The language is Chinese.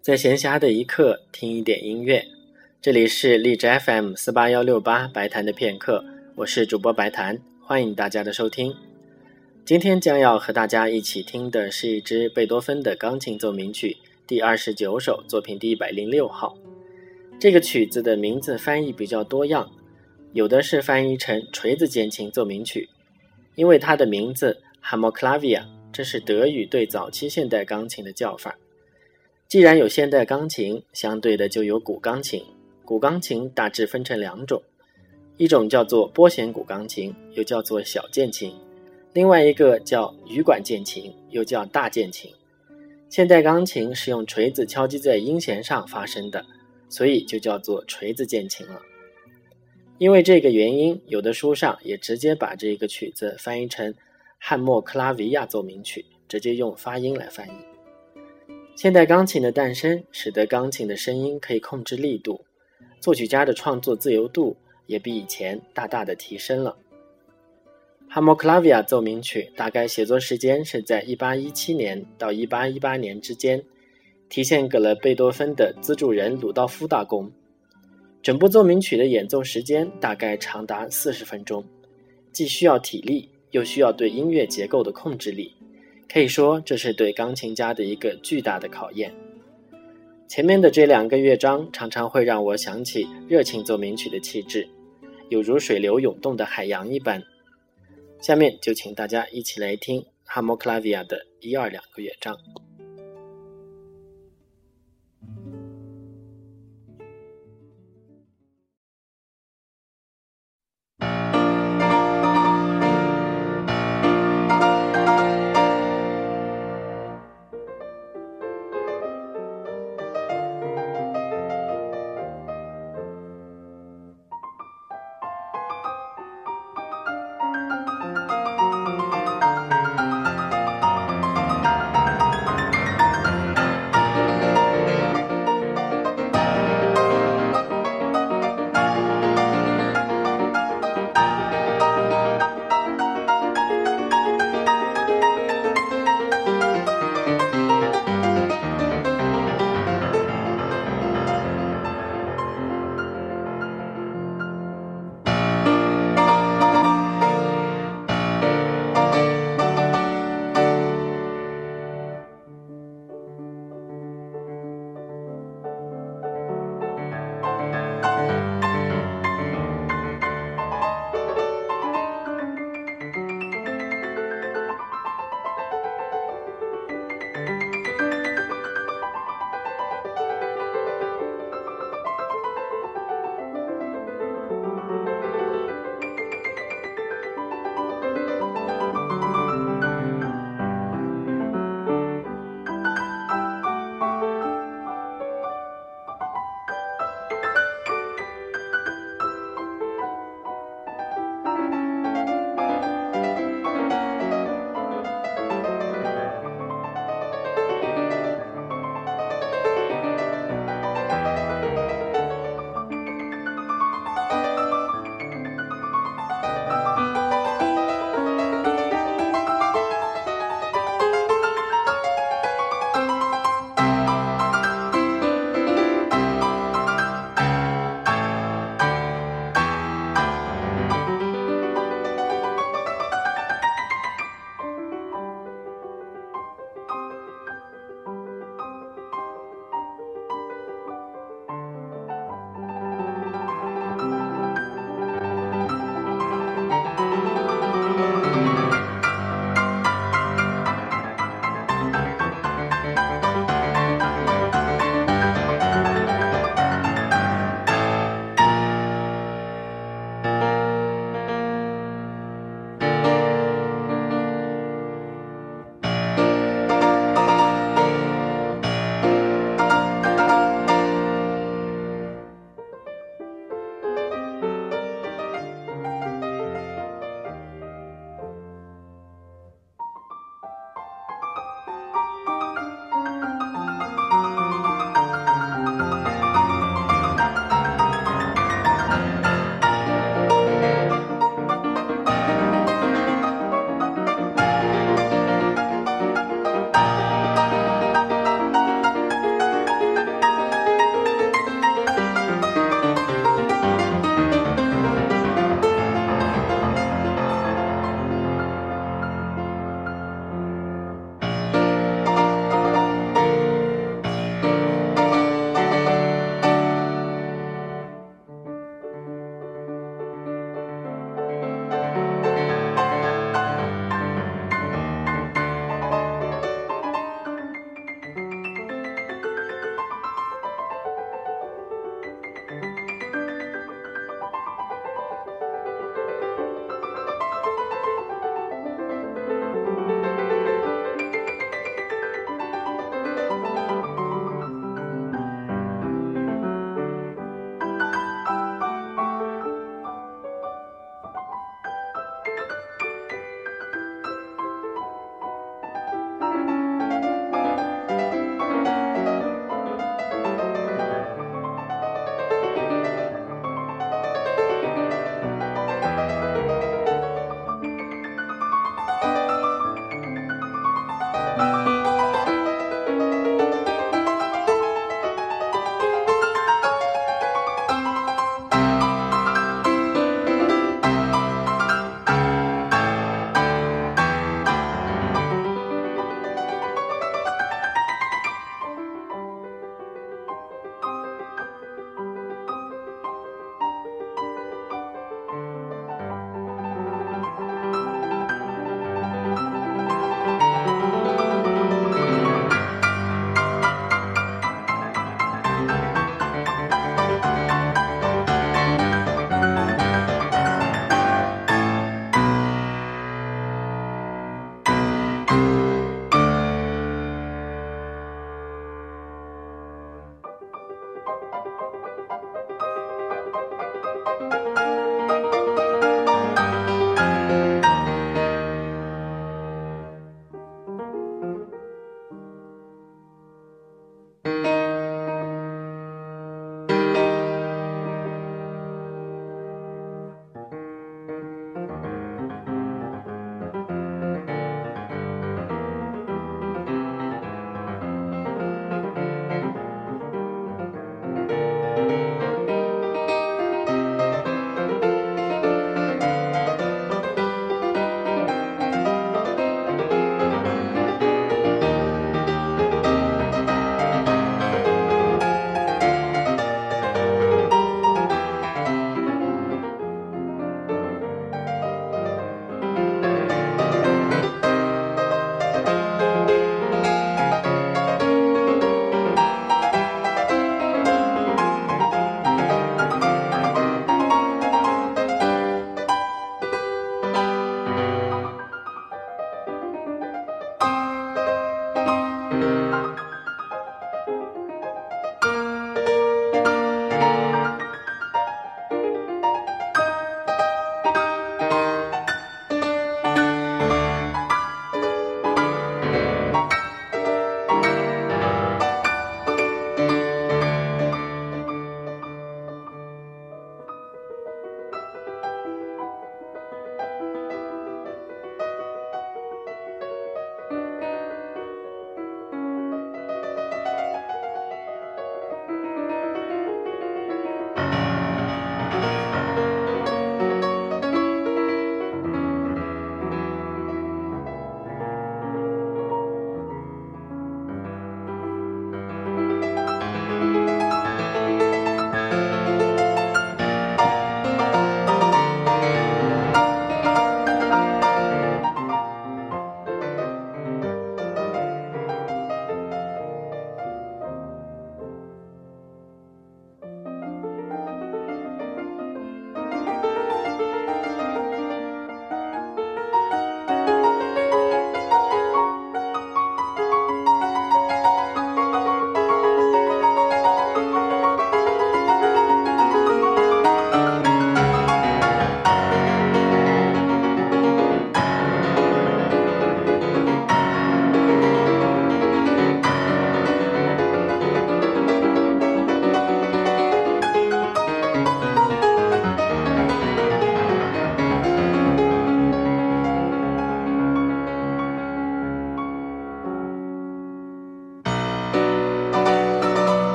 在闲暇的一刻听一点音乐，这里是荔枝 FM48168 白谈的片刻，我是主播白谈，欢迎大家的收听。今天将要和大家一起听的是一支贝多芬的钢琴奏鸣曲第29首，作品第106号。这个曲子的名字翻译比较多样，有的是翻译成锤子键琴奏鸣曲，因为它的名字 Hammerklavier， 这是德语对早期现代钢琴的叫法。既然有现代钢琴，相对的就有古钢琴。古钢琴大致分成两种，一种叫做拨弦古钢琴，又叫做小键琴，另外一个叫羽管键琴，又叫大键琴。现代钢琴是用锤子敲击在音弦上发声的，所以就叫做锤子键琴了。因为这个原因，有的书上也直接把这个曲子翻译成汉默克拉维亚奏鸣曲，直接用发音来翻译。现代钢琴的诞生使得钢琴的声音可以控制力度，作曲家的创作自由度也比以前大大的提升了。汉默克拉维亚奏鸣曲大概写作时间是在1817年到1818年之间，题献给了贝多芬的资助人鲁道夫大公。整部奏鸣曲的演奏时间大概长达40分钟，既需要体力，又需要对音乐结构的控制力，可以说这是对钢琴家的一个巨大的考验。前面的这2个乐章常常会让我想起热情奏鸣曲的气质，有如水流涌动的海洋一般。下面就请大家一起来听汉默克拉维亚的1、2、2个乐章。